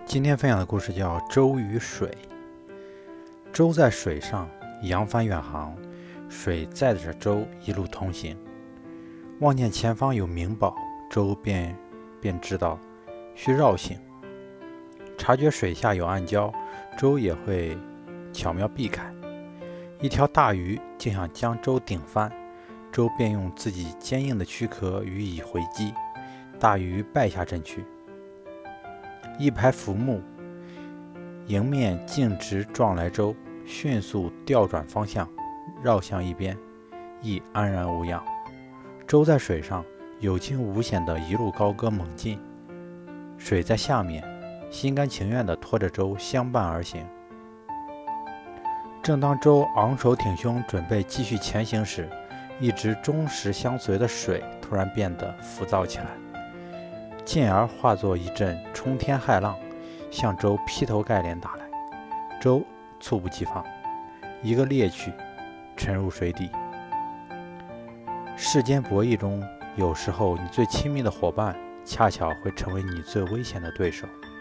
今天分享的故事叫舟与水。舟在水上，扬帆远航，水载着舟一路同行。望见前方有明宝，舟便知道需绕行。察觉水下有暗礁，舟也会巧妙避开。一条大鱼竟想将舟顶翻，舟便用自己坚硬的躯壳予以回击，大鱼败下阵去。一排浮木迎面径直撞来舟，迅速调转方向，绕向一边，亦安然无恙。舟在水上，有惊无险地一路高歌猛进，水在下面，心甘情愿地拖着舟相伴而行。正当舟昂首挺胸准备继续前行时，一直忠实相随的水突然变得浮躁起来，进而化作一阵冲天骇浪，向舟劈头盖脸打来。舟猝不及防，一个趔趄，沉入水底。世间博弈中，有时候你最亲密的伙伴，恰巧会成为你最危险的对手。